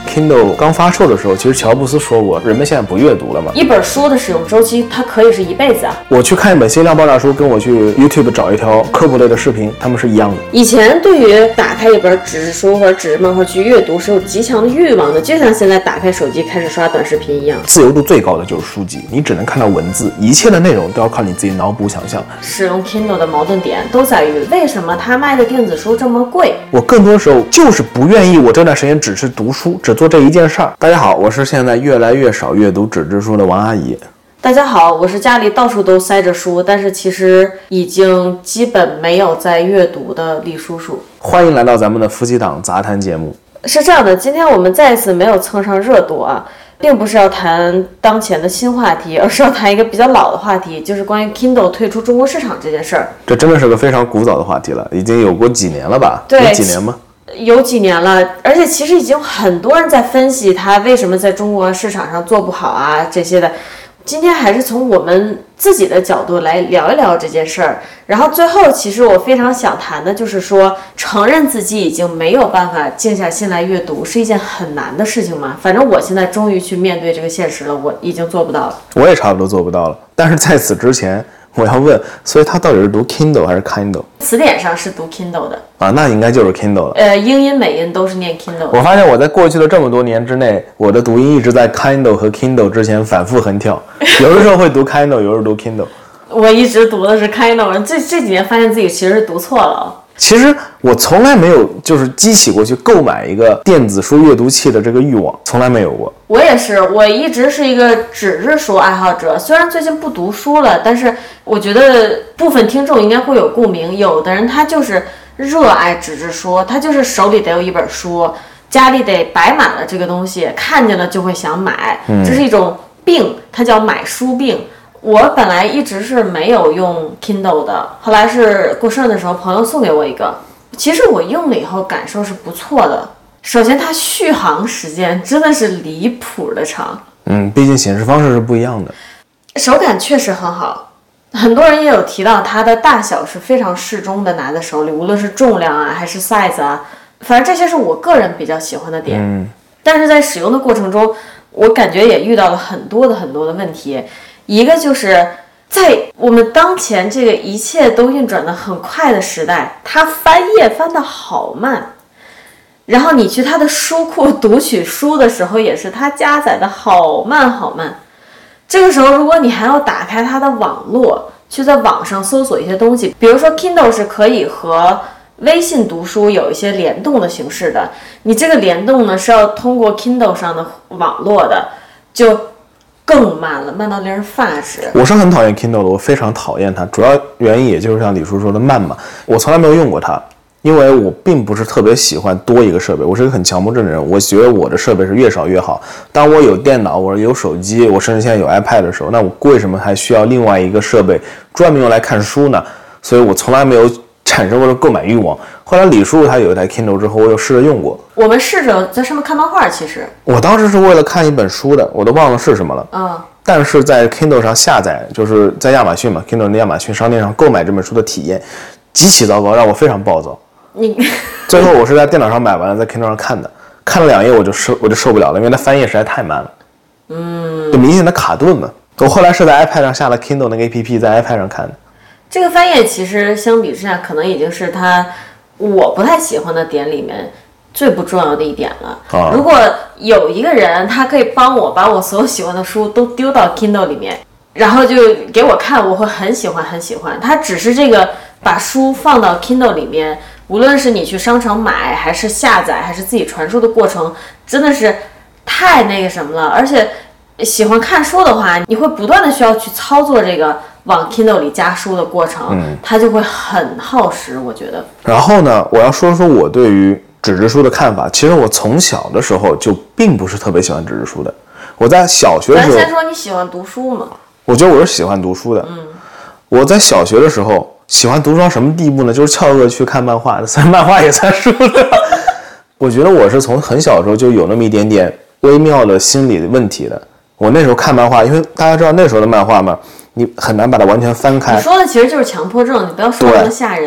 Kindle 刚发售的时候，其实乔布斯说过，人们现在不阅读了嘛。 一本书的使用周期，它可以是一辈子啊。 我去看一本心量爆炸书，跟我去 YouTube 找一条科普类的视频，他们是一样的。 以前对于打开一本纸质书或者纸质漫画去阅读是有极强的欲望的，就像现在打开手机开始刷短视频一样。 自由度最高的就是书籍，你只能看到文字，一切的内容都要靠你自己脑补想象。 使用 Kindle 的矛盾点都在于，为什么它卖的电子书这么贵？ 我更多时候就是不愿意，我这段时间只是读书，只做这一件事儿。大家好，我是现在越来越少阅读纸质书的王阿姨。 大家好，我是家里到处都塞着书，但是其实已经基本没有在阅读的李叔叔。 欢迎来到咱们的夫妻档杂谈节目。 是这样的，今天我们再一次没有蹭上热度啊，并不是要谈当前的新话题，而是要谈一个比较老的话题，就是关于 Kindle 退出中国市场这件事儿。 这真的是个非常古早的话题了，已经有过几年了吧？ 对， 有几年吗？ 有几年了，而且其实已经有很多人在分析它为什么在中国市场上做不好啊这些的。今天还是从我们自己的角度来聊一聊这件事儿，然后最后其实我非常想谈的就是说，承认自己已经没有办法静下心来阅读是一件很难的事情嘛。反正我现在终于去面对这个现实了，我已经做不到了。 我也差不多做不到了，但是在此之前我要问，所以他到底是读 Kindle 还是 Kindle？ 词典上是读 Kindle 的啊，那应该就是 Kindle 了。 英音美音都是念 Kindle 的。 我发现我在过去的这么多年之内，我的读音一直在 Kindle 和 Kindle 之间反复横跳，有的时候会读 Kindle， 有的时候读 Kindle。 我一直读的是 Kindle， 这几年发现自己其实是读错了。 其实我从来没有就是激起过去购买一个电子书阅读器的这个欲望，从来没有过。 我也是，我一直是一个纸质书爱好者，虽然最近不读书了，但是我觉得部分听众应该会有共鸣。有的人他就是热爱纸质书，他就是手里得有一本书，家里得摆满了这个东西，看见了就会想买，这是一种病，它叫买书病。我本来一直是没有用 Kindle 的，后来是过生日的时候朋友送给我一个，其实我用了以后感受是不错的。首先它续航时间真的是离谱的长， 毕竟显示方式是不一样的， 手感确实很好。很多人也有提到它的大小是非常适中的，拿在手里无论是重量啊还是 size 啊，反正这些是我个人比较喜欢的点。但是在使用的过程中，我感觉也遇到了很多的问题。一个就是在我们当前这个一切都运转的很快的时代，它翻页翻得好慢，然后你去它的书库读取书的时候也是它加载的好慢好慢。这个时候如果你还要打开它的网络去在网上搜索一些东西，比如说 Kindle 是可以和微信读书有一些联动的形式的，你这个联动呢是要通过 Kindle 上的网络的，就更慢了，慢到令人发指。 我是很讨厌 Kindle 的，我非常讨厌它，主要原因也就是像李叔说的慢嘛。我从来没有用过它，因为我并不是特别喜欢多一个设备，我是一个很强迫症的人，我觉得我的设备是越少越好。当我有电脑，我有手机，我甚至现在有 iPad 的时候，那我为什么还需要另外一个设备专门用来看书呢？所以我从来没有产生过的购买欲望。后来李叔他有一台 Kindle 之后，我有试着用过。 我们试着在上面看漫画，其实我当时是为了看一本书的，我都忘了是什么了。但是在 Kindle 上下载，就是在亚马逊嘛 ，Kindle 的亚马逊商店上购买这本书的体验极其糟糕，让我非常暴躁。最后我是在电脑上买完了，在 Kindle 上看的，看了2页我就受不了了，因为它翻页实在太慢了。就明显的卡顿嘛。我后来是在 iPad 上下了 Kindle 那个 APP， 在 iPad 上看的。 这个翻页其实相比之下，可能已经是它我不太喜欢的点里面最不重要的一点了。如果有一个人他可以帮我把我所有喜欢的书都丢到 Kindle 里面，然后就给我看，我会很喜欢很喜欢。它只是这个把书放到 Kindle 里面，无论是你去商城买还是下载还是自己传输的过程，真的是太那个什么了。而且喜欢看书的话，你会不断的需要去操作这个往 Kindle 里加书的过程，它就会很耗时，我觉得。 然后呢，我要说说我对于纸质书的看法。其实我从小的时候就并不是特别喜欢纸质书的。我在小学的时候， 咱先说你喜欢读书吗？ 我觉得我是喜欢读书的。我在小学的时候喜欢读书到什么地步呢？就是翘课去看漫画，算漫画也算书的。我觉得我是从很小的时候就有那么一点点微妙的心理的问题的。我那时候看漫画，因为大家知道那时候的漫画嘛，你很难把它完全翻开。 你说的其实就是强迫症，你不要说那么吓人。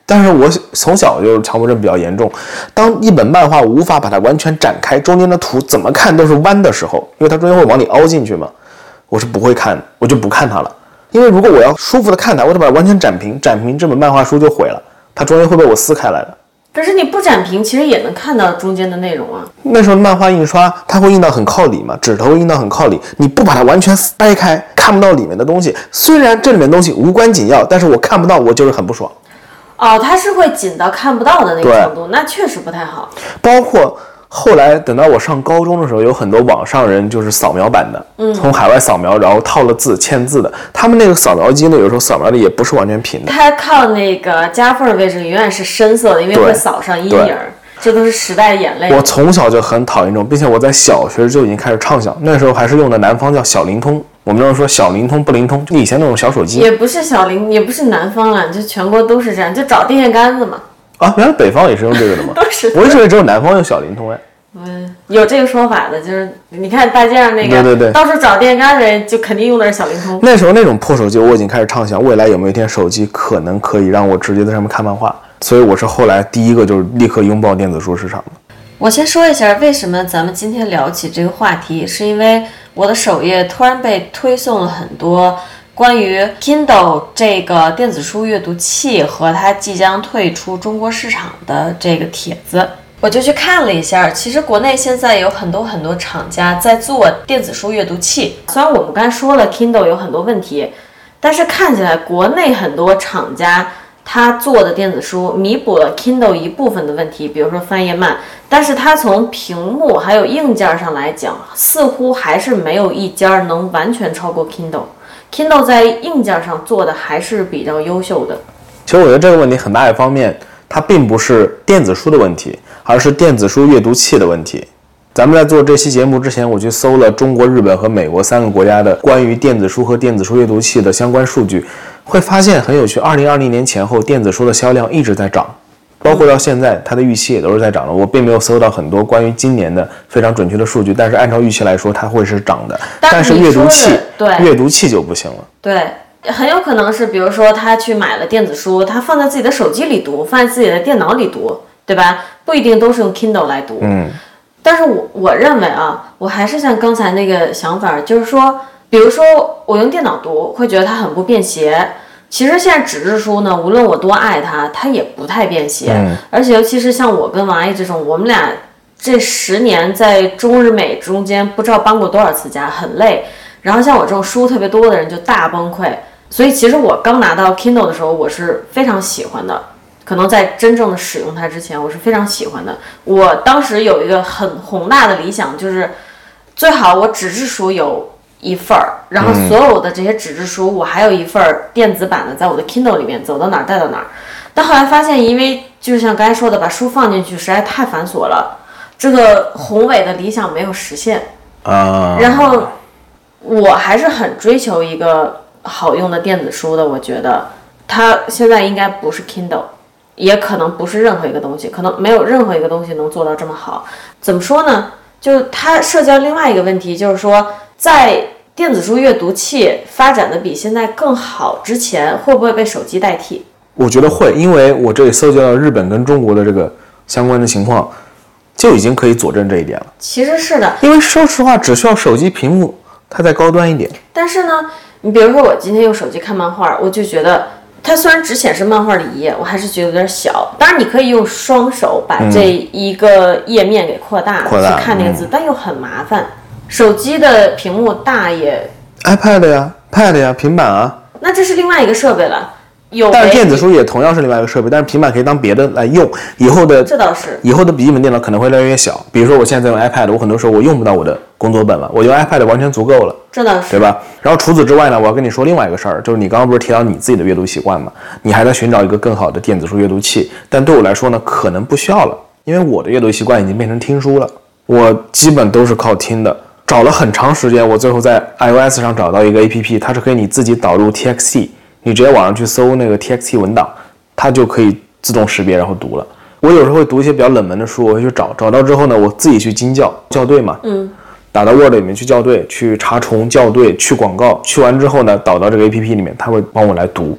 但是我从小就强迫症比较严重，当一本漫画无法把它完全展开，中间的图怎么看都是弯的时候，因为它中间会往里凹进去嘛，我是不会看，我就不看它了。因为如果我要舒服的看它，我得把它完全展平，展平这本漫画书就毁了，它中间会被我撕开来的。 可是你不展平，其实也能看到中间的内容啊。 那时候漫画印刷它会印到很靠里嘛，纸头会印到很靠里，你不把它完全掰开，看不到里面的东西。虽然这里面的东西无关紧要，但是我看不到，我就是很不爽。 哦，它是会紧到看不到的那个程度，那确实不太好。 包括后来等到我上高中的时候，有很多网上人就是扫描版的，从海外扫描，然后套了字签字的。他们那个扫描机呢，有时候扫描的也不是完全平的， 它靠那个夹缝的位置永远是深色的，因为会扫上阴影。这都是时代的眼泪。 我从小就很讨厌这种，并且我在小学就已经开始畅想，那时候还是用的南方叫小灵通。我们那时候说小灵通不灵通，就以前那种小手机。 也不是小灵，也不是南方了，就全国都是这样，就找电线杆子嘛。 啊，原来北方也是用这个的吗？ 都是。 我一直以为只有南方用小灵通哎。 有这个说法的，就是你看大街上那个，对，到处找电线杆的人就肯定用的是小灵通。 那时候那种破手机，我已经开始畅想，未来有没有一天手机可能可以让我直接在上面看漫画。所以我是后来第一个就是立刻拥抱电子书市场的。 我先说一下为什么咱们今天聊起这个话题，是因为我的首页突然被推送了很多关于 Kindle 这个电子书阅读器和它即将退出中国市场的这个帖子，我就去看了一下。其实国内现在有很多厂家在做电子书阅读器，虽然我们刚才说了 Kindle 有很多问题，但是看起来国内很多厂家他做的电子书弥补了 Kindle 一部分的问题，比如说翻页慢，但是它从屏幕还有硬件上来讲，似乎还是没有一家能完全超过 Kindle。Kindle 在硬件上做的还是比较优秀的。 其实我觉得这个问题很大一方面，它并不是电子书的问题，而是电子书阅读器的问题。咱们在做这期节目之前，我去搜了中国、日本和美国3个国家的关于电子书和电子书阅读器的相关数据，会发现很有趣。2020年前后，电子书的销量一直在涨，包括到现在，它的预期也都是在涨的。我并没有搜到很多关于今年的非常准确的数据，但是按照预期来说，它会是涨的。但是阅读器就不行了。 对。很有可能是，比如说他去买了电子书，他放在自己的手机里读，放在自己的电脑里读，对吧？不一定都是用 Kindle 来读。但是我认为啊，我还是像刚才那个想法，就是说，比如说我用电脑读，会觉得它很不便携。其实现在纸质书呢，无论我多爱它，它也不太便携。而且尤其是像我跟王阿姨这种，我们俩这10年在中日美中间不知道搬过多少次家，很累。然后像我这种书特别多的人就大崩溃。所以其实我刚拿到 Kindle 的时候，我是非常喜欢的。可能在真正的使用它之前，我是非常喜欢的。我当时有一个很宏大的理想，就是最好我纸质书有一份儿，然后所有的这些纸质书我还有一份电子版的，在我的 Kindle 里面，走到哪儿带到哪儿。但后来发现，因为就是像刚才说的，把书放进去实在太繁琐了，这个宏伟的理想没有实现然后我还是很追求一个好用的电子书的。我觉得它现在应该不是 Kindle，也可能不是任何一个东西，可能没有任何一个东西能做到这么好。怎么说呢？就是它涉及到另外一个问题，就是说在电子书阅读器发展的比现在更好之前，会不会被手机代替？ 我觉得会，因为我这里搜集到日本跟中国的这个相关的情况，就已经可以佐证这一点了。 其实是的， 因为说实话，只需要手机屏幕，它再高端一点。 但是呢，你比如说我今天用手机看漫画，我就觉得它虽然只显示漫画的一页，我还是觉得有点小。当然你可以用双手把这一个页面给扩大去看那个字，但又很麻烦。手机的屏幕大也 iPad 呀 Pad 呀平板啊， 那这是另外一个设备了。 但是电子书也同样是另外一个设备，但是平板可以当别的来用。 这倒是以后的笔记本电脑可能会越来越小。比如说我现在在用 iPad， 我很多时候我用不到我的工作本了，我用 iPad 完全足够了。 这倒是， 对吧？然后除此之外呢，我要跟你说另外一个事儿，就是你刚刚不是提到你自己的阅读习惯吗？你还在寻找一个更好的电子书阅读器，但对我来说呢，可能不需要了，因为我的阅读习惯已经变成听书了，我基本都是靠听的。找了很长时间，我最后在 iOS 上找到一个 APP， 它是可以你自己导入 TXT， 你直接网上去搜那个 TXT 文档，它就可以自动识别然后读了。我有时候会读一些比较冷门的书，我会去找到之后呢，我自己去精校对嘛，打到 Word 里面去校对，去查重校对，去广告，去完之后呢，导到这个 APP 里面，它会帮我来读。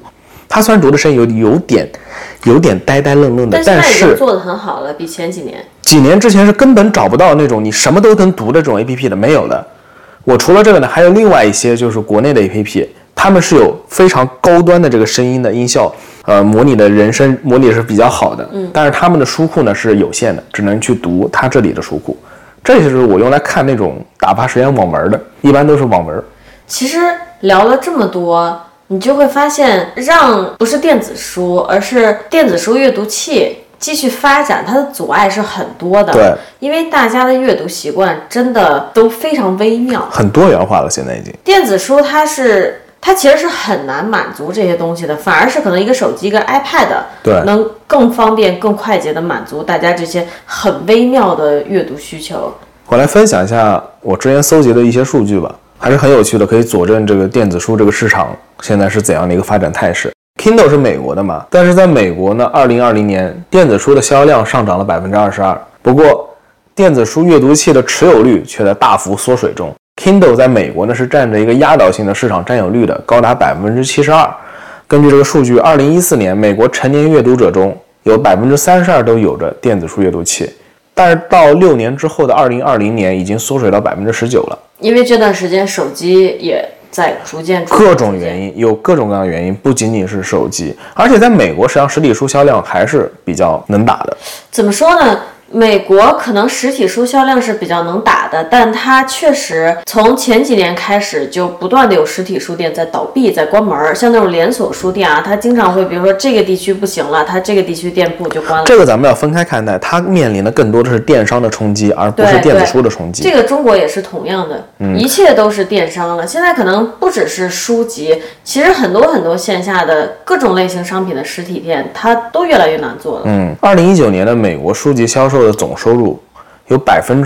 他虽然读的声音有点呆呆愣愣的，但是现在已经做得很好了，比前几年。 几年之前是根本找不到那种你什么都能读的这种 APP 的，没有的。我除了这个呢，还有另外一些就是国内的 APP， 他们是有非常高端的这个声音的音效，模拟的人声模拟是比较好的，但是他们的书库呢是有限的，只能去读他这里的书库。这就是我用来看那种打发时间网文的，一般都是网文。 其实聊了这么多，你就会发现，让不是电子书，而是电子书阅读器继续发展，它的阻碍是很多的。 对， 因为大家的阅读习惯真的都非常微妙， 很多元化了。现在已经电子书它其实是很难满足这些东西的，反而是可能一个手机、一个 iPad， 对， 能更方便、更快捷的满足大家这些很微妙的阅读需求。 我来分享一下我之前搜集的一些数据吧，还是很有趣的，可以佐证这个电子书这个市场现在是怎样的一个发展态势。Kindle 是美国的嘛，但是在美国呢，2020年电子书的销量上涨了 22%， 不过电子书阅读器的持有率却在大幅缩水中。Kindle 在美国呢是占着一个压倒性的市场占有率的，高达 72%。 根据这个数据，2014年美国成年阅读者中有 32% 都有着电子书阅读器，但是到6年之后的2020年已经缩水到 19% 了。 因为这段时间手机也在逐渐各种原因，有各种各样的原因，不仅仅是手机，而且在美国实际上实体书销量还是比较能打的。 怎么说呢，美国可能实体书销量是比较能打的，但它确实从前几年开始就不断的有实体书店在倒闭，在关门。像那种连锁书店啊，它经常会比如说这个地区不行了，它这个地区店铺就关了。 这个咱们要分开看待，它面临的更多的是电商的冲击，而不是电子书的冲击。 这个中国也是同样的，一切都是电商了。现在可能不只是书籍，其实很多线下的各种类型商品的实体店，它都越来越难做了。 2019年的美国书籍销售的总收入有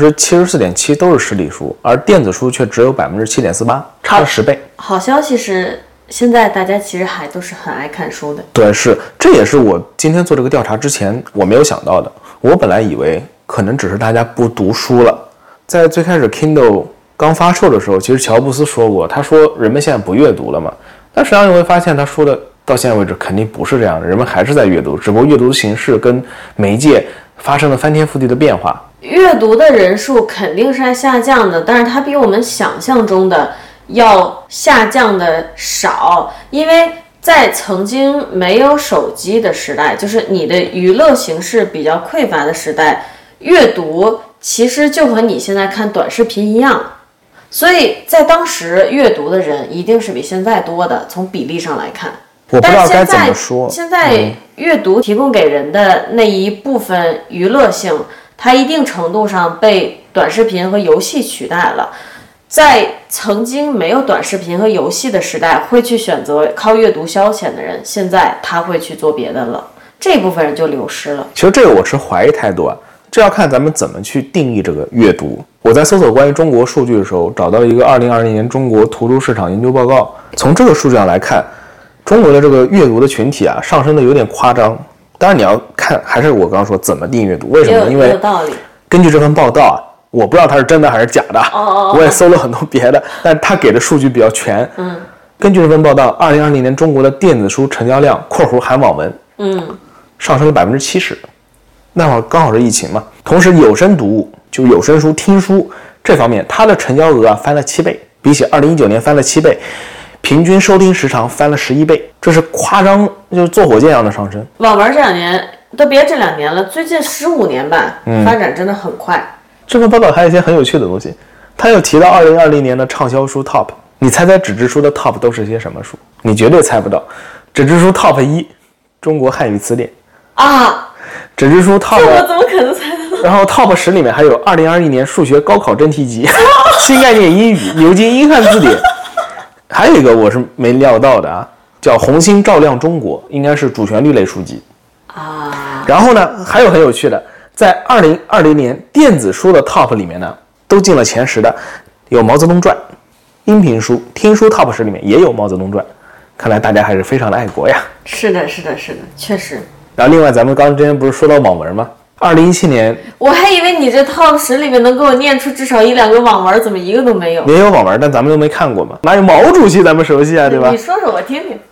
74.7% 都是实体书，而电子书却只有 7.48%， 差了10倍。 好消息是现在大家其实还都是很爱看书的。 对，是，这也是我今天做这个调查之前我没有想到的。我本来以为可能只是大家不读书了。在最开始 Kindle 刚发售的时候，其实乔布斯说过，他说人们现在不阅读了嘛，但实际上你会发现他说的到现在为止肯定不是这样的，人们还是在阅读，只不过阅读的形式跟媒介发生了翻天覆地的变化。 阅读的人数肯定是在下降的，但是它比我们想象中的要下降的少，因为在曾经没有手机的时代，就是你的娱乐形式比较匮乏的时代，阅读其实就和你现在看短视频一样，所以在当时阅读的人一定是比现在多的，从比例上来看。 我不知道该怎么说。 现在阅读提供给人的那一部分娱乐性，它一定程度上被短视频和游戏取代了。在曾经没有短视频和游戏的时代，会去选择靠阅读消遣的人，现在他会去做别的了，这部分人就流失了。 其实这个我持怀疑态度啊，这要看咱们怎么去定义这个阅读。我在搜索关于中国数据的时候，找到了一个2020年中国图书市场研究报告。从这个数据上来看，中国的这个阅读的群体啊，上升的有点夸张。当然你要看，还是我刚刚说怎么定义阅读？为什么呢？因为根据这份报道啊，我不知道它是真的还是假的，我也搜了很多别的，但他给的数据比较全。根据这份报道，2020年中国的电子书成交量（括弧含网文）上升了70%。那会儿刚好是疫情嘛，同时有声读物，就有声书、听书这方面，它的成交额啊翻了7倍，比起2019年翻了7倍。平均收听时长翻了11倍，这是夸张，就是坐火箭一样的上升。 网文这2年都别这2年了，最近15年吧，发展真的很快。 这份报道还有一些很有趣的东西，他又提到2020年的畅销书 Top， 你猜猜纸质书的 Top 都是些什么书？你绝对猜不到。纸质书 Top 1，中国汉语词典啊， 纸质书 Top， 我怎么可能猜得到？ 然后 Top 10里面还有2021年数学高考真题集、新概念英语、牛津英汉字典。还有一个我是没料到的啊，叫《红星照亮中国》，应该是主旋律类书籍啊。 然后呢，还有很有趣的，在2020年电子书的 Top 里面呢，都进了前10的，有《毛泽东传》；音频书、听书 Top 10里面也有《毛泽东传》。看来大家还是非常的爱国呀。 是的，确实。 然后另外，咱们刚刚之前不是说到网文吗？2017年， 我还以为你这 Top 10里面能给我念出至少1-2个网文，怎么一个都没有？ 也有网文，但咱们都没看过嘛。哪有毛主席咱们熟悉啊，对吧？ 你说说我听听。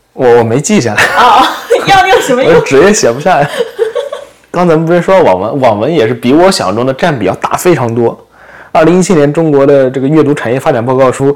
我没记下来啊，要你有什么用？ 我纸也写不下来。刚才不是说网文也是比我想象中的占比要大非常多。2017年中国的这个阅读产业发展报告书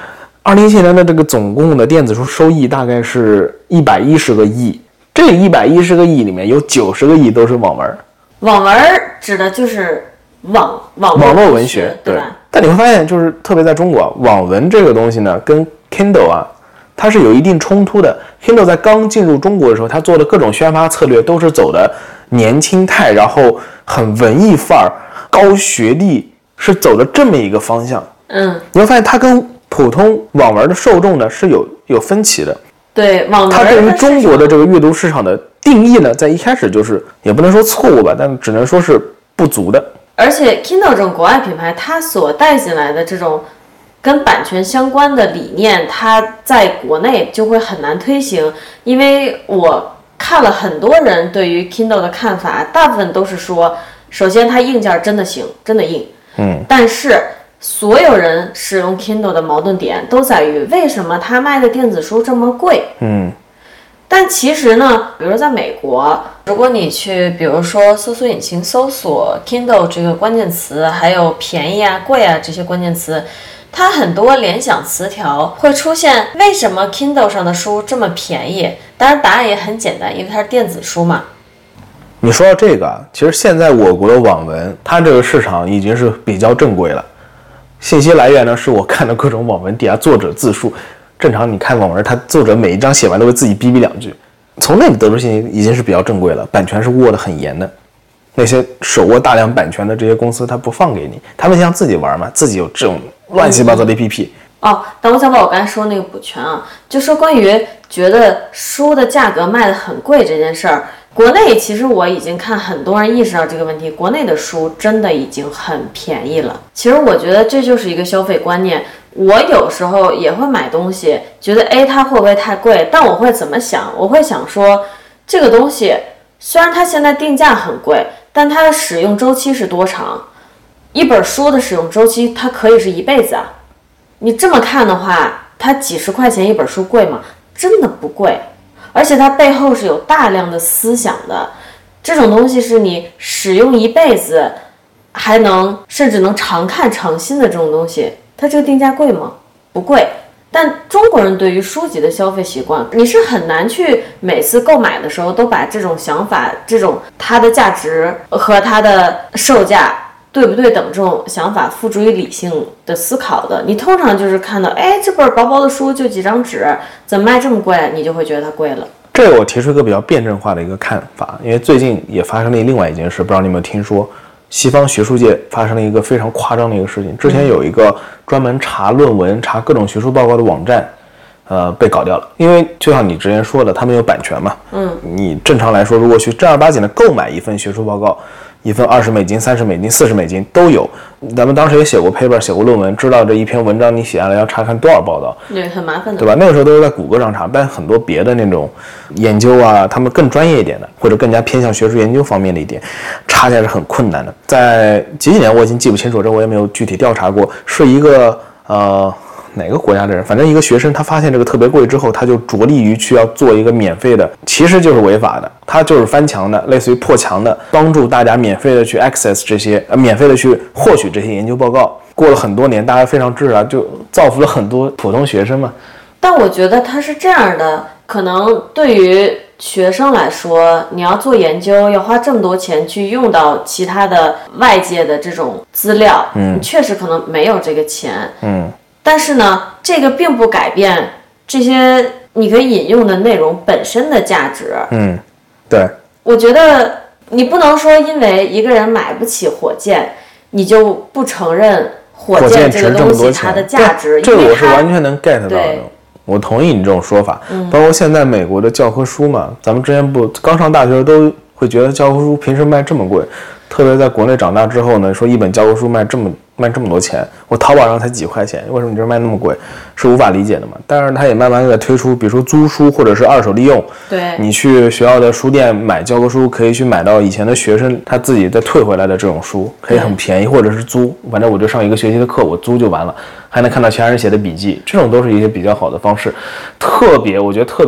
，2017年的这个总共的电子书收益大概是110个亿，这110个亿里面有90个亿都是网文。 网文指的就是网络文学， 对吧？ 但你会发现，就是特别在中国，网文这个东西呢，跟 Kindle 啊，它是有一定冲突的。Kindle 在刚进入中国的时候，它做的各种宣发策略都是走的年轻态，然后很文艺范儿、高学历，是走的这么一个方向。你会发现它跟普通网文的受众呢是有分歧的。 对，网文它对于中国的这个阅读市场的定义呢，在一开始就是也不能说错误吧，但只能说是不足的。 而且 Kindle 这种国外品牌，它所带进来的这种跟版权相关的理念，它在国内就会很难推行。因为我看了很多人对于 Kindle 的看法，大部分都是说，首先它硬件真的行，真的硬，但是所有人使用 Kindle 的矛盾点都在于为什么它卖的电子书这么贵？但其实呢，比如在美国，如果你去比如说搜索引擎搜索 Kindle 这个关键词，还有便宜啊、贵啊这些关键词，它很多联想词条会出现为什么 Kindle 上的书这么便宜？当然答案也很简单，因为它是电子书嘛。 你说到这个，其实现在我国的网文，它这个市场已经是比较正规了。信息来源呢，是我看的各种网文底下作者自述。正常你看网文，他作者每一章写完都会自己逼两句，从那里得出信息已经是比较正规了，版权是握得很严的。那些手握大量版权的这些公司，他不放给你，他们想自己玩嘛，自己有这种乱七八糟的 APP。 但我想把我刚才说那个补全啊，就说关于觉得书的价格卖得很贵这件事儿，国内其实我已经看很多人意识到这个问题，国内的书真的已经很便宜了。其实我觉得这就是一个消费观念。我有时候也会买东西，觉得它会不会太贵？但我会怎么想？我会想说，这个东西虽然它现在定价很贵，但它的使用周期是多长？一本书的使用周期，它可以是一辈子啊。你这么看的话，它几十块钱一本书贵吗？真的不贵，而且它背后是有大量的思想的。这种东西是你使用一辈子，还能甚至能常看常新的这种东西。它这个定价贵吗？不贵，但中国人对于书籍的消费习惯，你是很难去每次购买的时候都把这种想法、这种它的价值和它的售价对不对等这种想法付诸于理性的思考的。你通常就是看到，这本薄薄的书就几张纸，怎么卖这么贵？你就会觉得它贵了。 这个我提出一个比较辩证化的一个看法，因为最近也发生了另外一件事，不知道你有没有听说？西方学术界发生了一个非常夸张的一个事情。之前有一个专门查论文、查各种学术报告的网站，被搞掉了。因为就像你之前说的，他们有版权嘛。你正常来说，如果去正儿八经的购买一份学术报告，一份$20、$30、$40都有。咱们当时也写过 paper， 写过论文，知道这一篇文章你写下来要查看多少报道， 对，很麻烦的， 对吧？那个时候都是在谷歌上查，但很多别的那种研究啊，他们更专业一点的，或者更加偏向学术研究方面的一点，查起来是很困难的。在几年我已经记不清楚，这我也没有具体调查过，是一个哪个国家的人，反正一个学生，他发现这个特别贵之后，他就着力于去要做一个免费的，其实就是违法的，他就是翻墙的，类似于破墙的，帮助大家免费的去 access 这些，免费的去获取这些研究报告。过了很多年，大家非常支持啊，就造福了很多普通学生嘛。 但我觉得他是这样的，可能对于学生来说，你要做研究，要花这么多钱去用到其他的外界的这种资料，你确实可能没有这个钱，但是呢，这个并不改变这些你可以引用的内容本身的价值。 对。 我觉得你不能说因为一个人买不起火箭，你就不承认火箭这个东西它的价值。 这个我是完全能 get 到的。我同意你这种说法。包括现在美国的教科书嘛，咱们之前不刚上大学都会觉得教科书凭什么卖这么贵？特别在国内长大之后呢，说一本教科书卖这么多钱，我淘宝上才几块钱，为什么你这卖那么贵？是无法理解的嘛。但是他也慢慢的推出，比如说租书或者是二手利用。 对， 你去学校的书店买教科书，可以去买到以前的学生他自己再退回来的这种书，可以很便宜，或者是租，反正我就上一个学期的课，我租就完了，还能看到其他人写的笔记，这种都是一些比较好的方式。我觉得特别是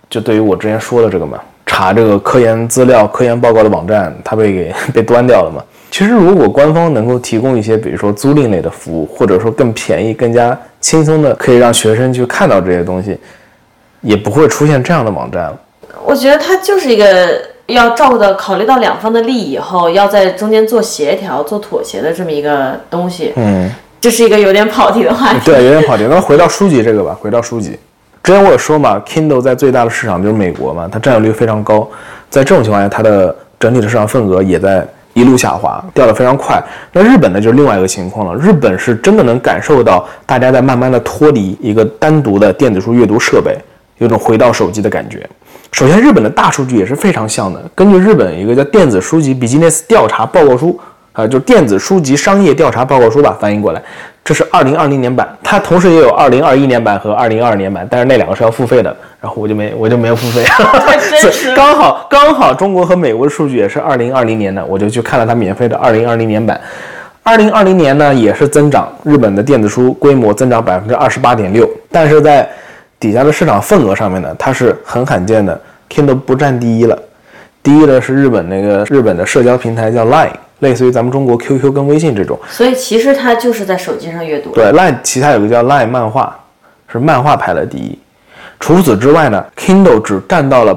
就对于我之前说的这个嘛，查这个科研资料、科研报告的网站，它被端掉了嘛。其实如果官方能够提供一些，比如说租赁类的服务，或者说更便宜、更加轻松的，可以让学生去看到这些东西，也不会出现这样的网站了。 我觉得它就是一个要考虑到两方的利益以后，要在中间做协调、做妥协的这么一个东西。这是一个有点跑题的话题。 对，有点跑题。那回到书籍这个吧，回到书籍。之前我有说嘛 ，Kindle 在最大的市场就是美国嘛，它占有率非常高。在这种情况下，它的整体的市场份额也在一路下滑，掉得非常快。那日本呢，就是另外一个情况了。日本是真的能感受到大家在慢慢的脱离一个单独的电子书阅读设备，有种回到手机的感觉。首先，日本的大数据也是非常像的。根据日本一个叫电子书籍比基尼斯调查报告书，就是电子书籍商业调查报告书吧，翻译过来，这是2020年版，它同时也有2021年版和2022年版，但是那两个是要付费的，然后我就没有付费， 太真实了。 刚好中国和美国的数据也是2020年的，我就去看了它免费的2020年版。2020年呢也是增长，日本的电子书规模增长28.6%，但是在底下的市场份额上面呢，它是很罕见的 ，Kindle 不占第一了，第一的是日本的社交平台叫 Line， 类似于咱们中国 QQ 跟微信这种。 所以其实它就是在手机上阅读。 对 ，Line 其他有个叫 Line 漫画，是漫画排了第一。除此之外呢 ，Kindle 只占到了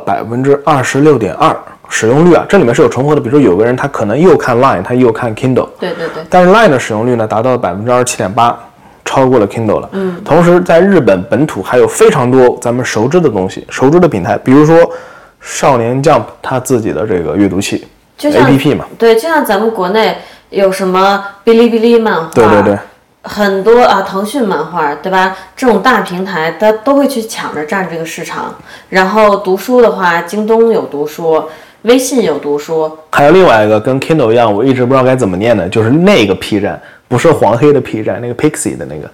26.2%使用率啊，这里面是有重合的。比如说有个人他可能又看 Line， 他又看 Kindle， 对， 但是 Line 的使用率呢达到了27.8%。超过了 Kindle 了。同时在日本本土还有非常多咱们熟知的东西，熟知的平台，比如说少年 Jump 它自己的这个阅读器， 就像 APP 嘛。 对，就像咱们国内有什么哔哩哔哩漫画， 对， 很多啊，腾讯漫画，对吧？这种大平台，它都会去抢着占这个市场。然后读书的话，京东有读书，微信有读书， 还有另外一个跟 Kindle 一样，我一直不知道该怎么念的，就是那个 P 站。不是黄黑的 P 站，那个 Pixie 的那个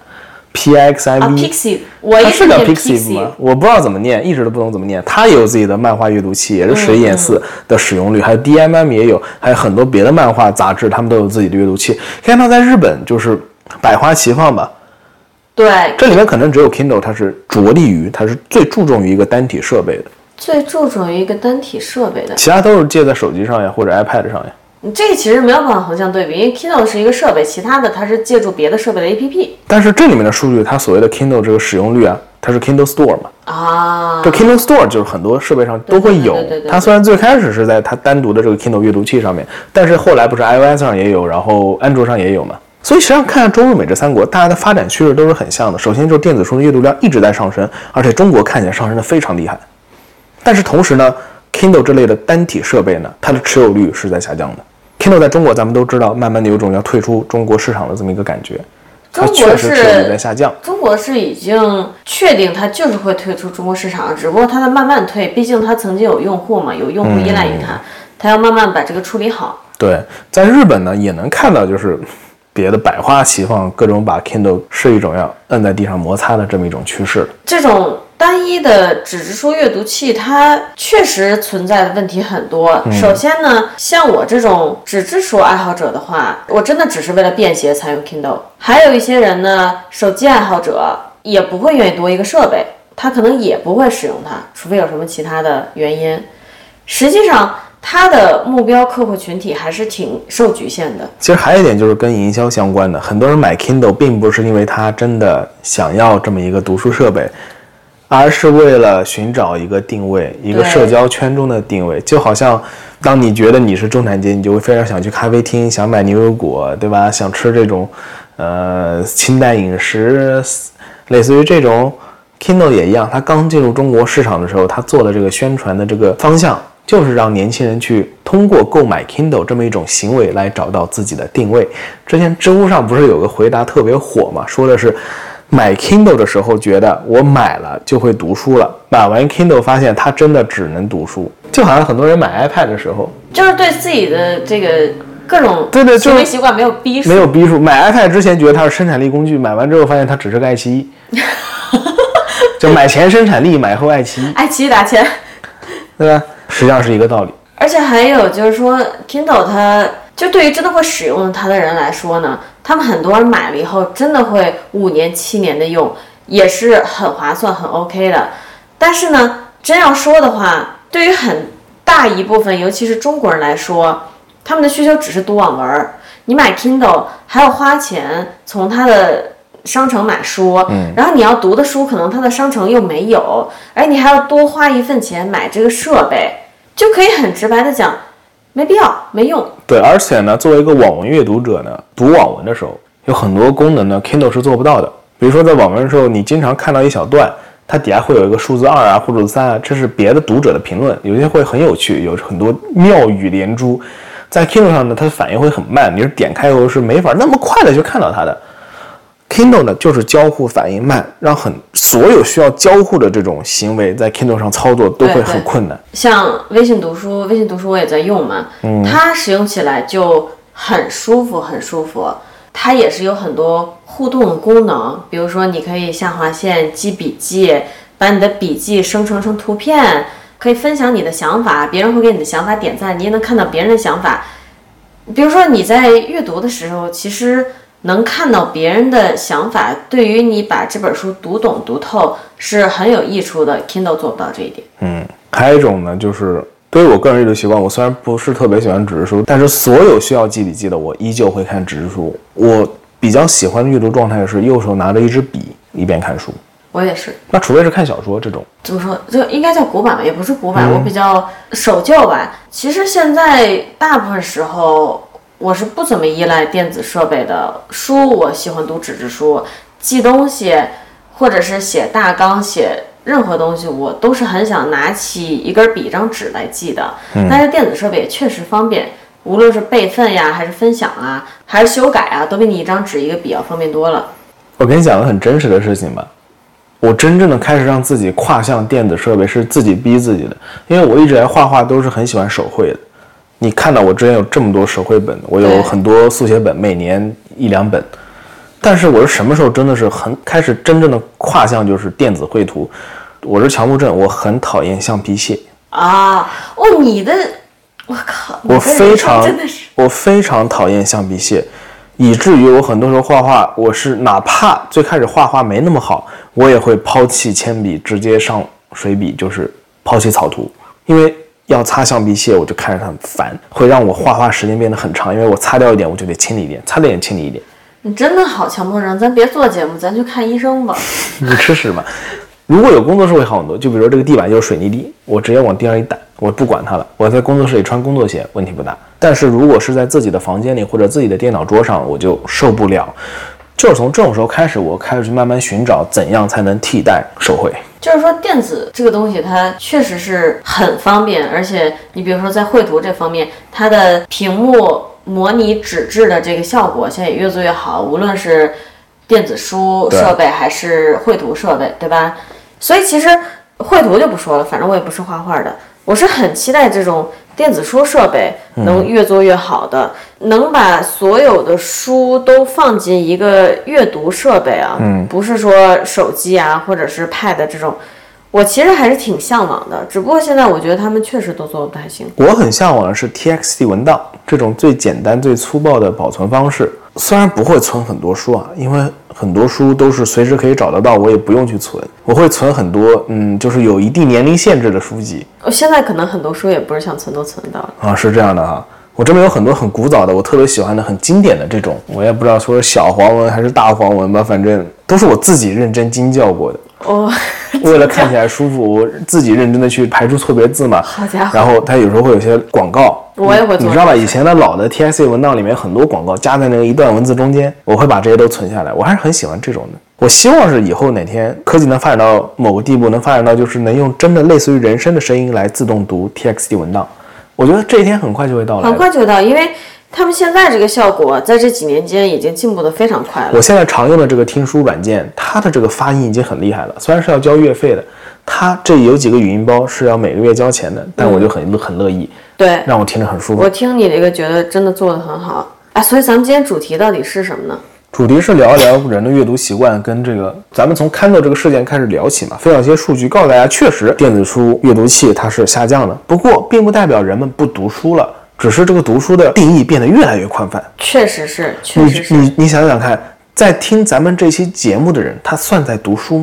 PXIV， 我一直叫念 Pixie 吗？我不知道怎么念，一直都不懂怎么念。它也有自己的漫画阅读器，也是11.4的使用率，还有 DMM 也有，还有很多别的漫画杂志，他们都有自己的阅读器。看到在日本就是百花齐放吧。 对， 这里面可能只有 Kindle 它是着力于，它是最注重于一个单体设备的， 最注重于一个单体设备的， 其他都是借在手机上呀或者 iPad 上呀。 这个其实没有办法横向对比，因为 Kindle 是一个设备，其他的它是借助别的设备的 APP。 但是这里面的数据，它所谓的 Kindle 这个使用率啊，它是 Kindle Store 嘛？ 啊， 这 Kindle Store 就是很多设备上都会有。 对， 它虽然最开始是在它单独的这个 Kindle 阅读器上面，但是后来不是 iOS 上也有，然后安卓上也有嘛？所以实际上看中日美这三国，大家的发展趋势都是很像的。首先就是电子书的阅读量一直在上升，而且中国看起来上升的非常厉害。但是同时呢 ，Kindle 这类的单体设备呢，它的持有率是在下降的。Kindle 在中国，咱们都知道，慢慢的有种要退出中国市场的这么一个感觉，它确实持有率在下降。 中国是已经确定它就是会退出中国市场，只不过它在慢慢退，毕竟它曾经有用户嘛，有用户依赖于它要慢慢把这个处理好。 对，在日本呢也能看到，就是别的百花齐放，各种把 Kindle 是一种要摁在地上摩擦的这么一种趋势。 这种单一的纸质书阅读器，它确实存在的问题很多。首先呢，像我这种纸质书爱好者的话，我真的只是为了便携才用 Kindle。还有一些人呢，手机爱好者也不会愿意多一个设备，他可能也不会使用它，除非有什么其他的原因。实际上，它的目标客户群体还是挺受局限的。 其实还有一点就是跟营销相关的，很多人买 Kindle 并不是因为他真的想要这么一个读书设备，而是为了寻找一个定位，一个社交圈中的定位。就好像当你觉得你是中产阶级，你就会非常想去咖啡厅，想买牛油果，对吧？想吃这种清淡饮食，类似于这种。Kindle 也一样，它刚进入中国市场的时候，它做的这个宣传的这个方向，就是让年轻人去通过购买 Kindle 这么一种行为来找到自己的定位。之前知乎上不是有个回答特别火嘛，说的是买 Kindle 的时候觉得我买了就会读书了，买完 Kindle 发现它真的只能读书。就好像很多人买 iPad 的时候， 就是对自己的这个各种对行为习惯没有逼数， 没有逼数。买 iPad 之前觉得它是生产力工具，买完之后发现它只是个爱奇艺。就买前生产力，买后爱奇艺， 爱奇艺打钱， 对吧？实际上是一个道理。 而且还有就是说 Kindle 它就对于真的会使用它的人来说呢，他们很多人买了以后真的会5年7年的用，也是很划算很 OK 的。但是呢， 真要说的话，对于很大一部分，尤其是中国人来说，他们的需求只是读网文。你买 Kindle 还要花钱从它的商城买书，然后你要读的书可能它的商城又没有，而你还要多花一份钱买这个设备，就可以很直白的讲，没必要，没用。 对，而且呢，作为一个网文阅读者呢，读网文的时候有很多功能呢 Kindle 是做不到的。比如说在网文的时候，你经常看到一小段，它底下会有一个数字2啊或者3啊，这是别的读者的评论，有些会很有趣，有很多妙语连珠。在 Kindle 上呢，它的反应会很慢，你是点开以后是没法那么快的就看到它的。Kindle 呢，就是交互反应慢，让所有需要交互的这种行为在 Kindle 上操作都会很困难。 像微信读书我也在用嘛，它使用起来就很舒服，很舒服。它也是有很多互动功能，比如说你可以下划线记笔记，把你的笔记生成图片，可以分享你的想法，别人会给你的想法点赞，你也能看到别人的想法。比如说你在阅读的时候，其实能看到别人的想法，对于你把这本书读懂读透是很有益处的。 Kindle 做不到这一点。 还有一种呢，就是对于我个人阅读习惯，我虽然不是特别喜欢纸质书，但是所有需要记笔记的我依旧会看纸质书。我比较喜欢的阅读状态是右手拿着一支笔一边看书。 我也是。 那除非是看小说这种， 怎么说，这应该叫古板吧，也不是古板，我比较守旧吧。其实现在大部分时候我是不怎么依赖电子设备的。书我喜欢读纸质书，记东西或者是写大纲写任何东西，我都是很想拿起一根笔一张纸来记的。但是电子设备也确实方便，无论是备份呀还是分享啊还是修改啊，都比你一张纸一个笔要方便多了。 我跟你讲个很真实的事情吧，我真正的开始让自己跨向电子设备是自己逼自己的。因为我一直来画画都是很喜欢手绘的，你看到我之前有这么多手绘本，我有很多速写本，每年1-2本。但是我是什么时候真的是开始真正的跨向就是电子绘图？我是强迫症，我很讨厌橡皮屑啊！你的，我靠！ 我非常讨厌橡皮屑，以至于我很多时候画画，我是哪怕最开始画没那么好，我也会抛弃铅笔，直接上水笔，就是抛弃草图，因为要擦橡皮屑，我就看着它很烦，会让我画时间变得很长，因为我擦掉一点，我就得清理一点，擦掉一点清理一点。 你真的好强迫症，咱别做节目，咱去看医生吧。 你吃屎吧！如果有工作室会好很多，就比如说这个地板就是水泥地，我直接往地上一掸，我不管它了，我在工作室里穿工作鞋问题不大。但是如果是在自己的房间里或者自己的电脑桌上，我就受不了。就是从这种时候开始，我开始去慢慢寻找怎样才能替代手绘。 就是说电子这个东西它确实是很方便，而且你比如说在绘图这方面，它的屏幕模拟纸质的这个效果现在也越做越好，无论是电子书设备还是绘图设备，对吧？所以其实绘图就不说了，反正我也不是画画的，我是很期待这种电子书设备能越做越好的，能把所有的书都放进一个阅读设备啊，不是说手机啊或者是 Pad 这种，我其实还是挺向往的，只不过现在我觉得他们确实都做得不太行。 我很向往的是 TXT 文档这种最简单最粗暴的保存方式，虽然不会存很多书啊，因为很多书都是随时可以找得到，我也不用去存，我会存很多就是有一定年龄限制的书籍。 我现在可能很多书也不是想存都存得到啊，是这样的啊。我这边有很多很古早的，我特别喜欢的很经典的这种，我也不知道说是小黄文还是大黄文吧，反正都是我自己认真精校过的。为了看起来舒服，我自己认真的去排出错别字嘛。 好家伙！ 然后它有时候会有些广告， 我也会做。 你知道吧？以前的老的 TXT 文档里面很多广告加在那个一段文字中间，我会把这些都存下来。我还是很喜欢这种的。我希望是以后哪天科技能发展到某个地步，能发展到就是能用真的类似于人声的声音来自动读 TXT 文档。我觉得这一天很快就会到来。 很快就会到，因为他们现在这个效果在这几年间已经进步得非常快了。 我现在常用的这个听书软件，它的这个发音已经很厉害了，虽然是要交月费的，它这有几个语音包是要每个月交钱的，但我就很乐意， 对， 让我听着很舒服。 我听你这个觉得真的做得很好啊，所以咱们今天主题到底是什么呢？ 主题是聊一聊人的阅读习惯，跟这个咱们从Kindle这个事件开始聊起嘛，分享一些数据，告诉大家确实电子书阅读器它是下降的，不过并不代表人们不读书了，只是这个读书的定义变得越来越宽泛。 确实是。 你想想看，在听咱们这期节目的人，他算在读书吗？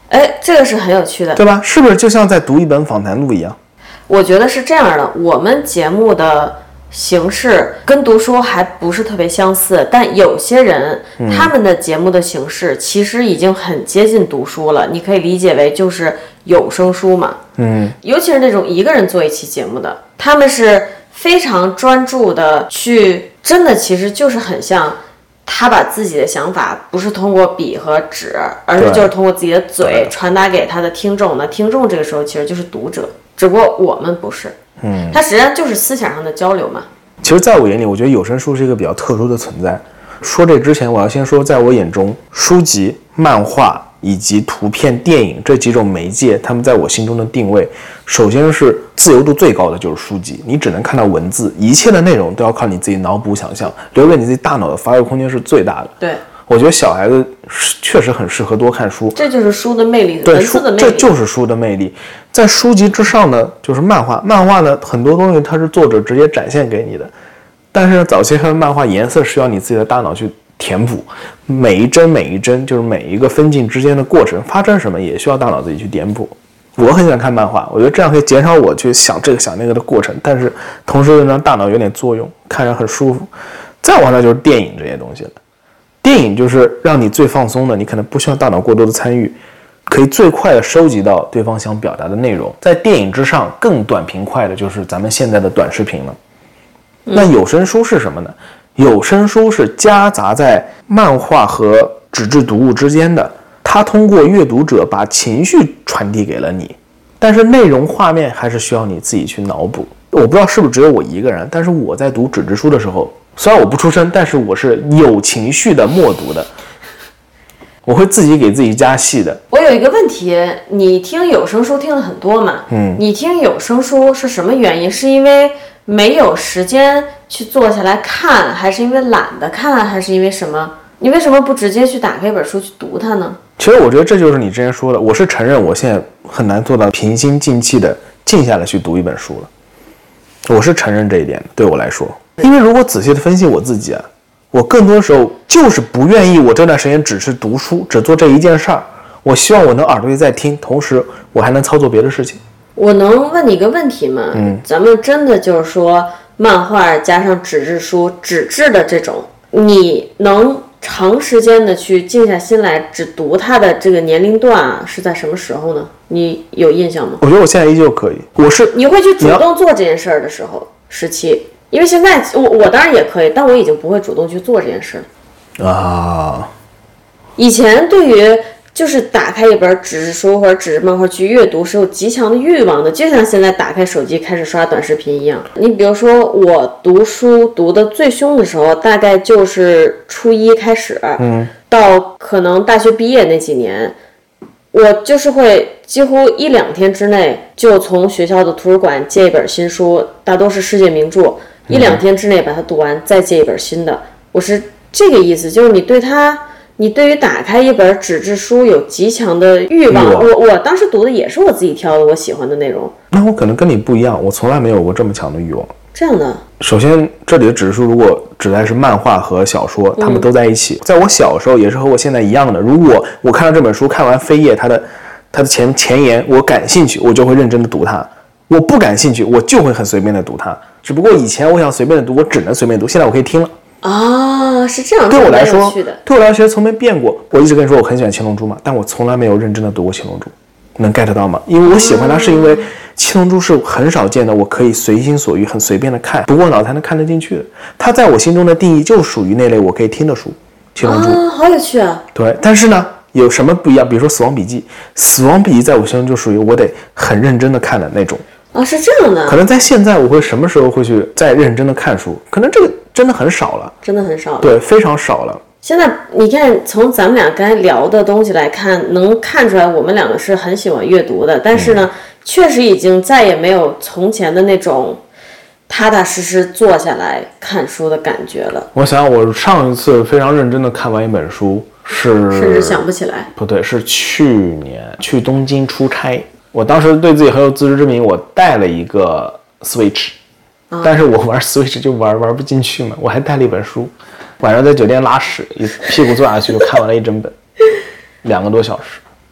哎，这个是很有趣的， 对吧？是不是就像在读一本访谈录一样？ 我觉得是这样的，我们节目的形式跟读书还不是特别相似，但有些人他们的节目的形式其实已经很接近读书了，你可以理解为就是有声书嘛。尤其是那种一个人做一期节目的，他们是非常专注的去，真的其实就是很像他把自己的想法不是通过笔和纸，而是就是通过自己的嘴传达给他的听众呢。听众这个时候其实就是读者，只不过我们不是。它实际上就是思想上的交流嘛。 其实在我眼里，我觉得有声书是一个比较特殊的存在。说这之前，我要先说，在我眼中，书籍、漫画以及图片、电影这几种媒介，他们在我心中的定位，首先是自由度最高的就是书籍，你只能看到文字，一切的内容都要靠你自己脑补想象，留给你自己大脑的发挥空间是最大的。 对， 我觉得小孩子确实很适合多看书， 这就是书的魅力， 对， 文字的魅力， 这就是书的魅力。在书籍之上呢，就是漫画。漫画呢，很多东西它是作者直接展现给你的，但是呢，早期看漫画颜色需要你自己的大脑去填补，每一帧就是每一个分镜之间的过程发生什么，也需要大脑自己去填补。我很喜欢看漫画，我觉得这样可以减少我去想这个想那个的过程，但是同时让大脑有点作用，看着很舒服。再往上就是电影这些东西了。电影就是让你最放松的，你可能不需要大脑过多的参与，可以最快的收集到对方想表达的内容。在电影之上更短平快的就是咱们现在的短视频了。那有声书是什么呢？有声书是夹杂在漫画和纸质读物之间的，它通过阅读者把情绪传递给了你，但是内容画面还是需要你自己去脑补。我不知道是不是只有我一个人，但是我在读纸质书的时候，虽然我不出声，但是我是有情绪的默读的，我会自己给自己加戏的。 我有一个问题，你听有声书听了很多嘛？你听有声书是什么原因？是因为没有时间去坐下来看，还是因为懒得看，还是因为什么？你为什么不直接去打开一本书去读它呢？ 其实我觉得这就是你之前说的，我是承认我现在很难做到平心静气的静下来去读一本书了，我是承认这一点，对我来说。因为如果仔细的分析我自己啊，我更多时候就是不愿意我这段时间只是读书，只做这一件事儿，我希望我能耳朵里在听，同时我还能操作别的事情。 我能问你一个问题吗？咱们真的就是说漫画加上纸质书，纸质的这种，你能长时间的去静下心来只读它的这个年龄段啊，是在什么时候呢？你有印象吗？ 我觉得我现在依旧可以。 你会去主动做这件事儿的时期，因为现在我当然也可以，但我已经不会主动去做这件事了啊。 以前对于就是打开一本纸质书或者纸质漫画去阅读是有极强的欲望的，就像现在打开手机开始刷短视频一样。你比如说我读书读得最凶的时候，大概就是初一开始，到可能大学毕业那几年，我就是会几乎1-2天之内就从学校的图书馆借一本新书，大都是世界名著，1-2天之内把它读完，再借一本新的。我是这个意思，就是你对于打开一本纸质书有极强的欲望。我当时读的也是我自己挑的我喜欢的内容。 那我可能跟你不一样，我从来没有过这么强的欲望。 这样的。首先，这里的纸质书如果指代是漫画和小说，他们都在一起。在我小时候也是和我现在一样的。如果我看到这本书，看完扉页，它的前言，我感兴趣，我就会认真的读它；我不感兴趣，我就会很随便的读它。只不过以前我想随便的读，我只能随便读，现在我可以听了。 是这样。 对我来说从没变过。我一直跟你说我很喜欢《七龙珠》嘛，但我从来没有认真的读过《七龙珠》，能 get 到吗？因为我喜欢它是因为《七龙珠》是很少见的，我可以随心所欲很随便的看，不过脑才能看得进去的。它在我心中的定义就属于那类我可以听的书，《七龙珠》 好有趣啊。 对，但是呢有什么不一样？比如说《死亡笔记》，《死亡笔记》在我心中就属于我得很认真的看的那种。 是这样的。 可能在现在我会什么时候会去再认真的看书？可能这个真的很少了， 真的很少了。 对，非常少了。 现在你看，从咱们俩刚才聊的东西来看，能看出来我们两个是很喜欢阅读的，但是呢，确实已经再也没有从前的那种踏踏实实坐下来看书的感觉了。 我想我上一次非常认真的看完一本书是， 甚至想不起来。 不对，是去年去东京出差，我当时对自己很有自知之明，我带了一个 Switch，但是我玩 Switch 就玩不进去嘛，我还带了一本书，晚上在酒店拉屎，一屁股坐下去就看完了一整本，2个多小时。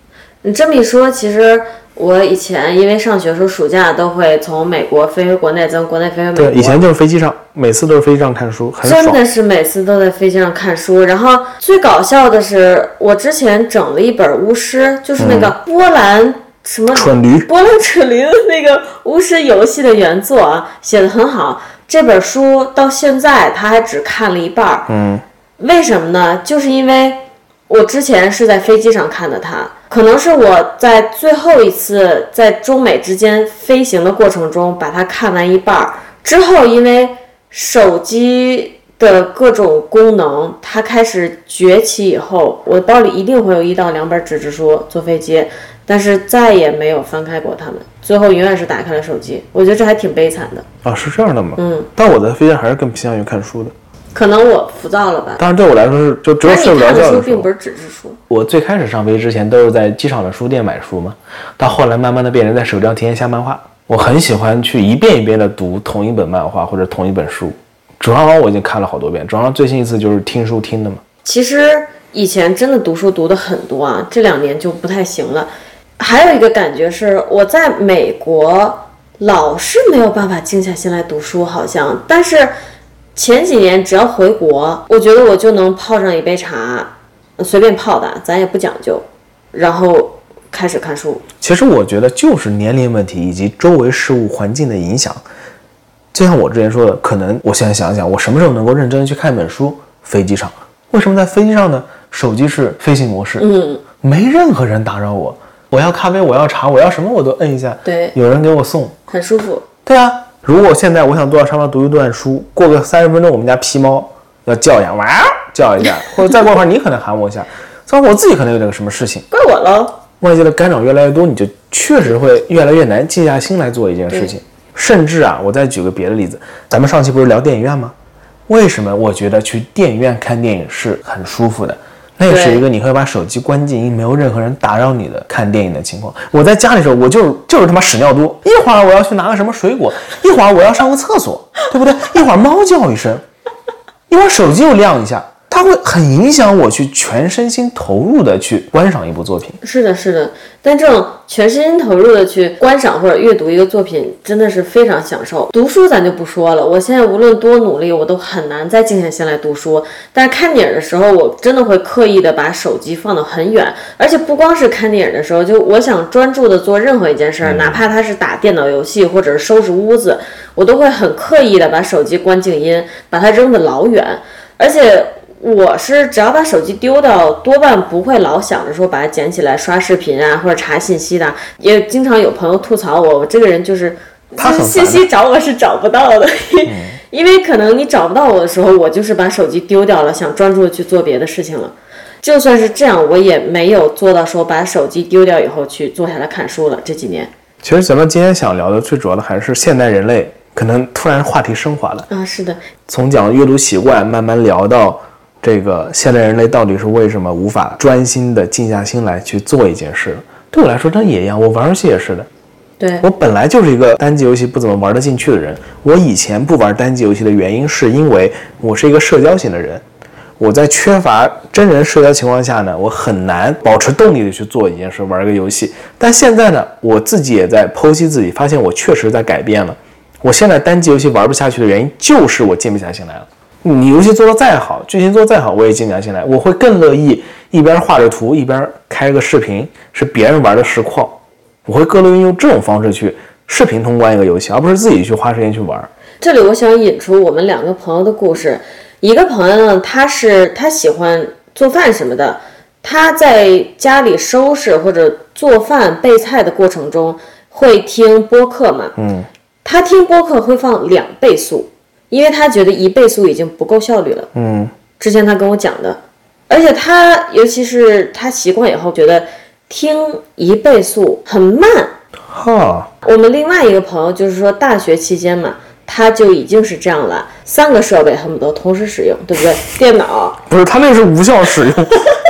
你这么一说，其实我以前因为上学的时候暑假都会从美国飞回国内，从国内飞回美国。 对，以前就是飞机上，每次都是飞机上看书，很爽。 真的是每次都在飞机上看书。然后最搞笑的是，我之前整了一本巫师，就是那个波兰什么蠢驴， 波兰蠢驴的那个巫师游戏的原作啊，写得很好。这本书到现在他还只看了一半。为什么呢？就是因为我之前是在飞机上看的它，可能是我在最后一次在中美之间飞行的过程中把它看完一半之后，因为手机的各种功能它开始崛起以后，我包里一定会有1到2本纸质书坐飞机，但是再也没有翻开过它们，最后永远是打开了手机。我觉得这还挺悲惨的啊，是这样的吗？但我在飞机上还是更偏向于看书的。 可能我浮躁了吧。 当然对我来说是就只有睡不着觉的时候。 但你看的书并不是纸质书。 我最开始上飞机之前都是在机场的书店买书嘛，到后来慢慢的变成在手机上提前下漫画。我很喜欢去一遍一遍的读同一本漫画或者同一本书。指环王我已经看了好多遍，指环王最新一次就是听书听的嘛。 其实以前真的读书读的很多啊，这2年就不太行了。还有一个感觉是我在美国老是没有办法静下心来读书，好像，但是前几年只要回国，我觉得我就能泡上一杯茶，随便泡的，咱也不讲究，然后开始看书。 其实我觉得就是年龄问题以及周围事物环境的影响。就像我之前说的，可能我现在想想，我什么时候能够认真去看一本书？飞机上。为什么在飞机上呢？手机是飞行模式，没任何人打扰我。我要咖啡，我要茶，我要什么我都摁一下， 对， 有人给我送， 很舒服。 对啊，如果现在我想坐到沙发读一段书，过个30分钟，我们家皮猫要叫一下，哇，叫一下，或者再过会儿你可能喊我一下，虽然我自己可能有点什么事情， 怪我喽。 外界的干扰越来越多，你就确实会越来越难静下心来做一件事情。甚至啊，我再举个别的例子，咱们上期不是聊电影院吗？为什么我觉得去电影院看电影是很舒服的？那是一个你会把手机关静音，没有任何人打扰你的看电影的情况。我在家里的时候，我就是他妈屎尿多，一会儿我要去拿个什么水果，一会儿我要上个厕所，对不对？一会儿猫叫一声，一会儿手机又亮一下，它会很影响我去全身心投入的去观赏一部作品。 是的，是的，但这种全身心投入的去观赏或者阅读一个作品，真的是非常享受。读书咱就不说了，我现在无论多努力，我都很难再静下心来读书。但是看电影的时候，我真的会刻意的把手机放得很远，而且不光是看电影的时候，就我想专注的做任何一件事，哪怕它是打电脑游戏或者是收拾屋子，我都会很刻意的把手机关静音，把它扔得老远，而且。我是只要把手机丢掉，多半不会老想着说把它捡起来刷视频啊，或者查信息的。也经常有朋友吐槽我这个人就是信息找我是找不到的，因为可能你找不到我的时候，我就是把手机丢掉了，想专注的去做别的事情了。就算是这样，我也没有做到说把手机丢掉以后去坐下来看书了。这几年， 其实咱们今天想聊的最主要的还是现代人类可能突然话题升华了啊，是的， 从讲阅读习惯慢慢聊到。这个现代人类到底是为什么无法专心的静下心来去做一件事？对我来说，真也一样。我玩游戏也是的。 对， 我本来就是一个单机游戏不怎么玩得进去的人。我以前不玩单机游戏的原因，是因为我是一个社交型的人。我在缺乏真人社交情况下呢，我很难保持动力的去做一件事，玩一个游戏。但现在呢，我自己也在剖析自己，发现我确实在改变了。我现在单机游戏玩不下去的原因，就是我静不下心来了。你游戏做得再好，剧情做得再好，我也静不下心来。我会更乐意一边画着图，一边开个视频，是别人玩的实况。我会更乐意用这种方式去视频通关一个游戏，而不是自己去花时间去玩。 这里我想引出我们2个朋友的故事。一个朋友呢，他喜欢做饭什么的，他在家里收拾或者做饭备菜的过程中会听播客嘛，他听播客会放2倍速。因为他觉得1倍速已经不够效率了。之前他跟我讲的，而且他尤其是他习惯以后，觉得听1倍速很慢。我们另外一个朋友就是说，大学期间嘛，他就已经是这样了，3个设备恨不得同时使用，对不对？电脑不是，他那是无效使用。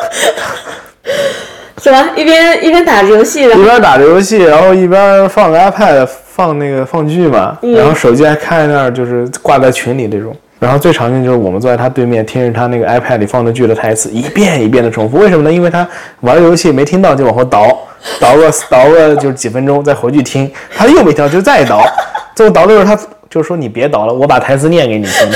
是吧？一边打着游戏， 一边打着游戏，然后一边放个 iPad 放剧嘛，然后手机还看在那儿，就是挂在群里这种。 然后最常见就是我们坐在他对面，听着他那个 iPad 里放的剧的台词，一遍一遍的重复。为什么呢？因为他玩游戏没听到就往后倒个就是几分钟，再回去听。他又没听到就再倒，最后倒的时候他就说你别倒了，我把台词念给你听。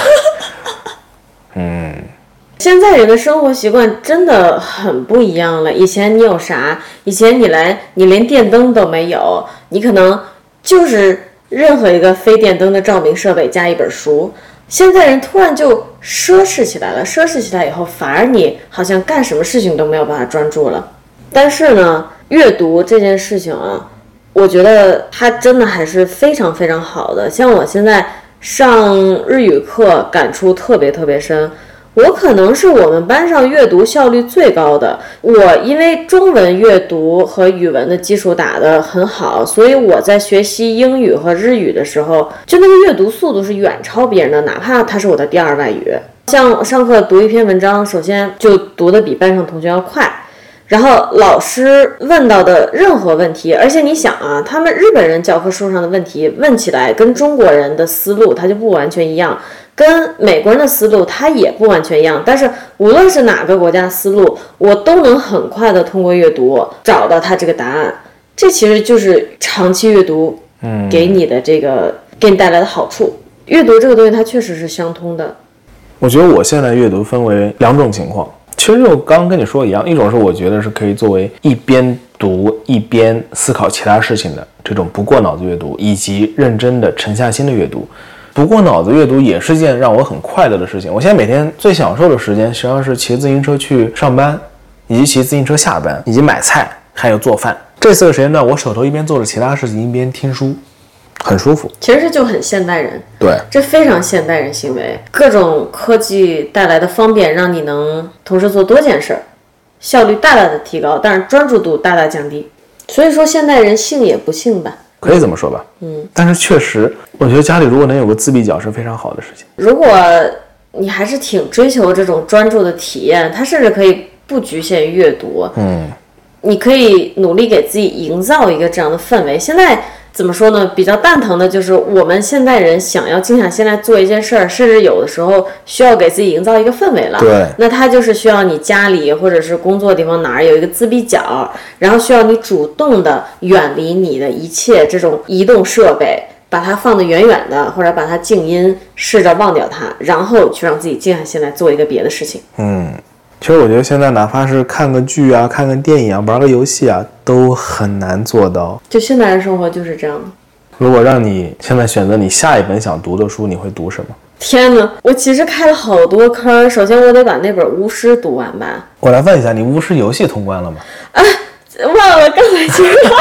现在人的生活习惯真的很不一样了。以前你有啥？以前你连电灯都没有，你可能就是任何一个非电灯的照明设备加一本书。现在人突然就奢侈起来了，奢侈起来以后，反而你好像干什么事情都没有办法专注了。但是呢，阅读这件事情啊，我觉得它真的还是非常非常好的。像我现在上日语课，感触特别特别深。我可能是我们班上阅读效率最高的。我因为中文阅读和语文的基础打得很好，所以我在学习英语和日语的时候，就那个阅读速度是远超别人的，哪怕它是我的第二外语。像上课读一篇文章，首先就读得比班上同学要快。然后老师问到的任何问题，而且你想啊，他们日本人教科书上的问题问起来跟中国人的思路它就不完全一样，跟美国人的思路它也不完全一样，但是无论是哪个国家思路，我都能很快的通过阅读找到它这个答案。这其实就是长期阅读给你的这个给你带来的好处。阅读这个东西它确实是相通的。 我觉得我现在阅读分为两种情况，其实就刚刚跟你说一样，一种是我觉得是可以作为一边读一边思考其他事情的这种不过脑子阅读，以及认真的沉下心的阅读。不过脑子阅读也是件让我很快乐的事情。我现在每天最享受的时间实际上是骑自行车去上班，以及骑自行车下班，以及买菜，还有做饭。这4个时间段，我手头一边做着其他事情，一边听书，很舒服。 其实这就很现代人， 对， 这非常现代人行为。各种科技带来的方便，让你能同时做多件事，效率大大的提高，但是专注度大大降低。所以说，现代人幸也不幸吧。 可以这么说吧，但是确实，我觉得家里如果能有个自闭角是非常好的事情。 如果你还是挺追求这种专注的体验，它甚至可以不局限于阅读，你可以努力给自己营造一个这样的氛围。现在怎么说呢？比较蛋疼的就是我们现代人想要静下心来做一件事儿，甚至有的时候需要给自己营造一个氛围了。 对， 那它就是需要你家里或者是工作地方哪儿有一个自闭角，然后需要你主动的远离你的一切这种移动设备，把它放得远远的，或者把它静音，试着忘掉它，然后去让自己静下心来做一个别的事情。 其实我觉得现在哪怕是看个剧啊、看个电影啊、玩个游戏啊，都很难做到。 就现代人生活就是这样的。 如果让你现在选择你下一本想读的书，你会读什么？ 天哪，我其实开了好多坑。首先我得把那本《巫师》读完吧。 我来问一下，你巫师游戏通关了吗？ 忘了，刚才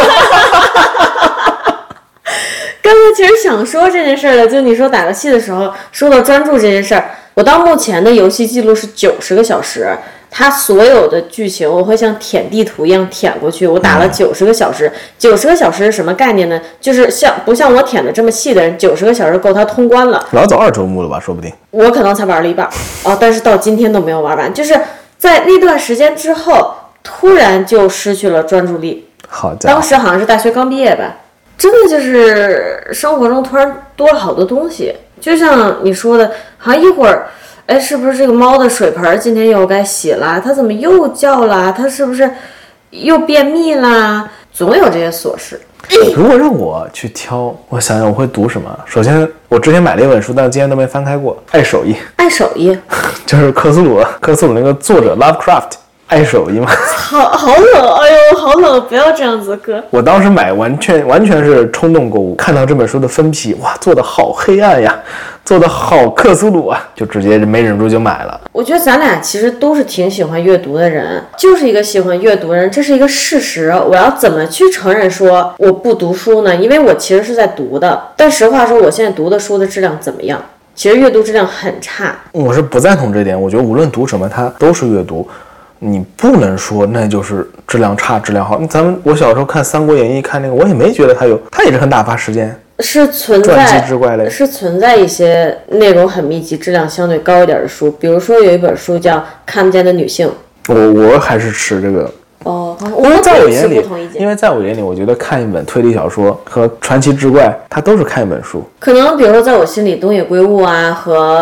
其实想说这件事了，就你说打游戏的时候说到专注这件事儿，我到目前的游戏记录是90个小时，它所有的剧情我会像舔地图一样舔过去，我打了90个小时。90个小时是什么概念呢？就是不像我舔的这么细的人，90个小时够他通关了。 老早2周目了吧，说不定。 我可能才玩了一半但是到今天都没有玩完，就是在那段时间之后，突然就失去了专注力。 好家伙， 当时好像是大学刚毕业吧。真的就是生活中突然多了好多东西，就像你说的，好像一会儿，是不是这个猫的水盆今天又该洗了？它怎么又叫了？它是不是又便秘啦？总有这些琐事。 如果让我去挑，我想想我会读什么。首先，我之前买了一本书，但是今天都没翻开过，《爱手艺》。 爱手艺就是克苏鲁那个作者 Lovecraft。爱手艺嘛， 好冷，哎呦，好冷！不要这样子，哥。 我当时买完全是冲动购物，看到这本书的封皮，哇，做的好黑暗呀，做的好克苏鲁啊，就直接没忍住就买了。 我觉得咱俩其实都是挺喜欢阅读的人，就是一个喜欢阅读的人，这是一个事实。我要怎么去承认说我不读书呢？因为我其实是在读的，但实话说，我现在读的书的质量怎么样？其实阅读质量很差。 我是不赞同这点，我觉得无论读什么，它都是阅读。你不能说那就是质量差质量好。我小时候看《三国演义》，看那个我也没觉得它也是很打发时间， 是存在传记之怪类， 是存在一些内容很密集、质量相对高一点的书，比如说有一本书叫《看不见的女性》。 我还是持这个。因为在我眼里，我觉得看一本推理小说和传奇之怪，它都是看一本书。 可能比如说在我心里，东野圭吾啊和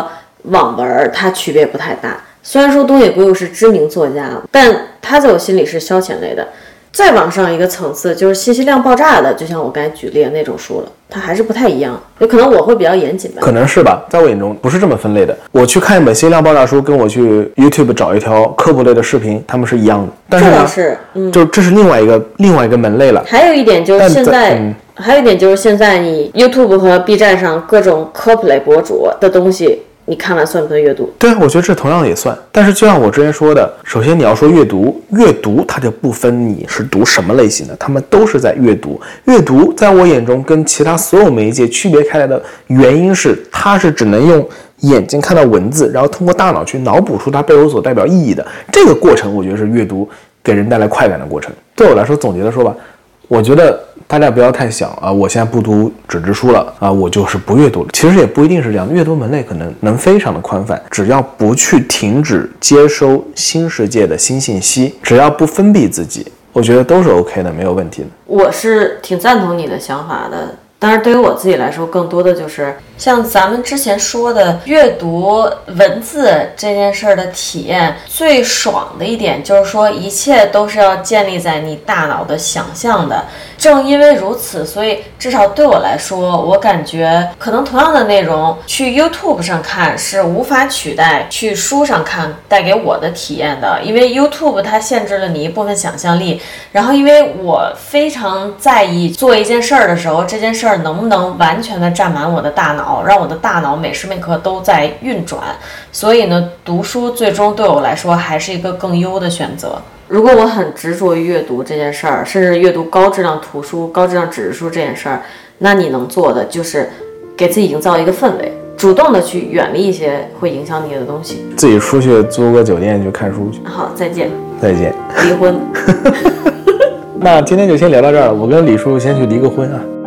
网文它区别不太大。虽然说东野圭吾是知名作家，但他在我心里是消遣类的。再往上一个层次就是信息量爆炸的，就像我刚才举例的那种书了，它还是不太一样。有可能我会比较严谨吧， 可能是吧，在我眼中不是这么分类的。我去看一本信息量爆炸书，跟我去 YouTube 找一条科普类的视频，他们是一样的。但是呢，就这是另外一个门类了。 还有一点就是现在你 YouTube 和 B 站上各种科普类博主的东西，你看完算不算阅读？ 对，我觉得这同样也算。但是就像我之前说的，首先你要说阅读它就不分你是读什么类型的，他们都是在阅读。阅读在我眼中跟其他所有媒介区别开来的原因是，它是只能用眼睛看到文字，然后通过大脑去脑补出它背后所代表意义的这个过程，我觉得是阅读给人带来快感的过程。对我来说，总结的说吧，我觉得大家不要太想啊，我现在不读纸质书了啊，我就是不阅读了。其实也不一定是这样，阅读门类可能非常的宽泛，只要不去停止接收新世界的新信息，只要不封闭自己，我觉得都是 OK 的，没有问题的。 我是挺赞同你的想法的。当然对于我自己来说，更多的就是像咱们之前说的，阅读文字这件事儿的体验最爽的一点就是说，一切都是要建立在你大脑的想象的。正因为如此，所以至少对我来说，我感觉可能同样的内容去 YouTube 上看是无法取代去书上看带给我的体验的。因为 YouTube 它限制了你一部分想象力，然后因为我非常在意做一件事儿的时候，这件事儿能不能完全的占满我的大脑，让我的大脑每时每刻都在运转。所以呢，读书最终对我来说还是一个更优的选择。如果我很执着于阅读这件事儿，甚至阅读高质量图书、高质量纸质书这件事儿，那你能做的就是给自己营造一个氛围，主动的去远离一些会影响你的东西。 自己出去租个酒店去看书去。 好，再见。 再见。 离婚。 那今天就先聊到这儿了，我跟李叔先去离个婚啊。